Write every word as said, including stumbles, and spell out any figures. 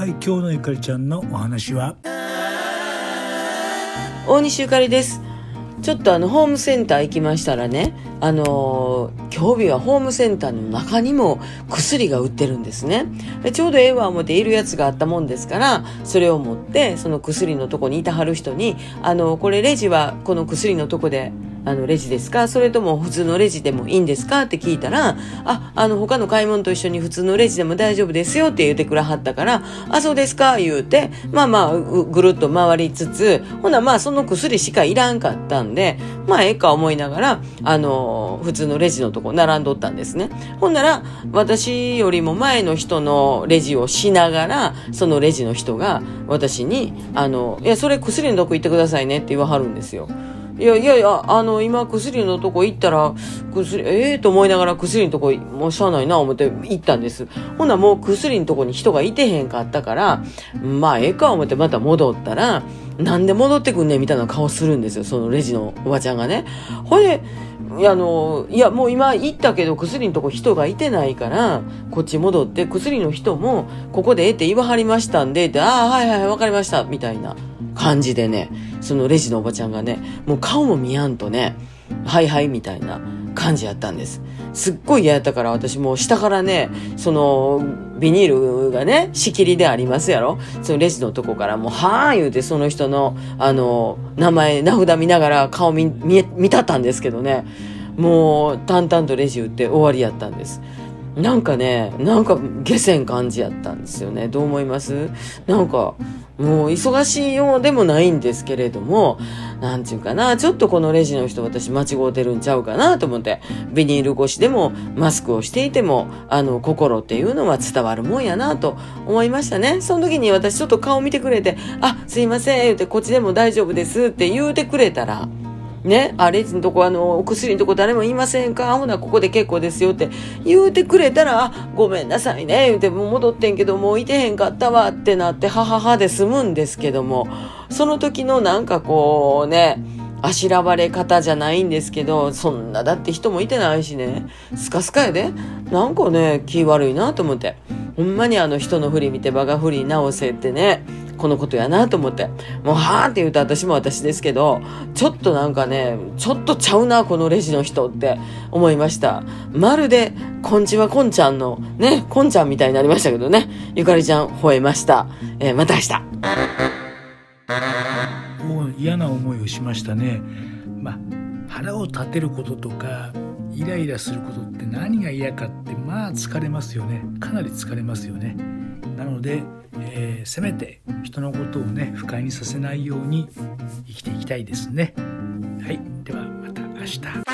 い、今日のゆかりちゃんのお話は大西ゆかりです。ちょっとあのホームセンター行きましたらね、あのー、今日日はホームセンターの中にも薬が売ってるんですね。でちょうどええわ思っているやつがあったもんですから、それを持ってその薬のとこにいたはる人に、あのこれレジはこの薬のとこであのレジですか、それとも普通のレジでもいいんですかって聞いたら、あ、あの他の買い物と一緒に普通のレジでも大丈夫ですよって言ってくれはったから、あ、そうですか言うて、まあまあぐるっと回りつつ、ほなまあその薬しかいらんかったんで、まあええか思いながらあの普通のレジのとこ並んどったんですね。ほんなら私よりも前の人のレジをしながら、そのレジの人が私にあのいやそれ薬のとこ行ってくださいねって言わはるんですよ。いやいやいや、あの今薬のとこ行ったら薬ええー、と思いながら薬のとこもうしゃあないな思って行ったんです。ほなもう薬のとこに人がいてへんかったから、まあええか思ってまた戻ったら、なんで戻ってくんねんみたいな顔するんですよ、そのレジのおばちゃんがね。ほいでいやあのいやもう今行ったけど薬のとこ人がいてないからこっち戻って、薬の人もここでええって言わはりましたんでって、ああはいはいわかりましたみたいな感じでね、そのレジのおばちゃんがね、もう顔も見やんとね、はいはいみたいな感じやったんです。すっごい嫌やったから、私もう下からね、そのビニールがね仕切りでありますやろ、そのレジのとこからもうはー言うて、その人のあの名前名札見ながら顔見見見たったんですけどね、もう淡々とレジ打って終わりやったんです。なんかね、なんか下せん感じやったんですよね。どう思います？なんかもう忙しいようでもないんですけれども、なんていうかな、ちょっとこのレジの人私間違うてるんちゃうかなと思って、ビニール越しでもマスクをしていてもあの心っていうのは伝わるもんやなと思いましたね。その時に私ちょっと顔見てくれて、あ、すいません言って、こっちでも大丈夫ですって言うてくれたらね、あ、レジのとこあのお薬のとこ誰もいませんか、ほなここで結構ですよって言うてくれたら、あ、ごめんなさいね言うて、もう戻ってんけどもういてへんかったわってなってはははで済むんですけども、その時のなんかこうね、あしらわれ方じゃないんですけど、そんなだって人もいてないしね、スカスカやで、なんかね気悪いなと思って、ほんまにあの人の振り見て場が振り直せってね、このことやなと思って、もうはーって言うと私も私ですけど、ちょっとなんかね、ちょっとちゃうなこのレジの人って思いました。まるでこんちはこんちゃんのね、こんちゃんみたいになりましたけどね。ゆかりちゃん吠えました。えー、また明日。 もう嫌な思いをしましたね。まあ腹を立てることとかイライラすることって何が嫌かって、まあ疲れますよね。かなり疲れますよね。なので、えー、せめて人のことをね不快にさせないように生きていきたいですね。はい、ではまた明日。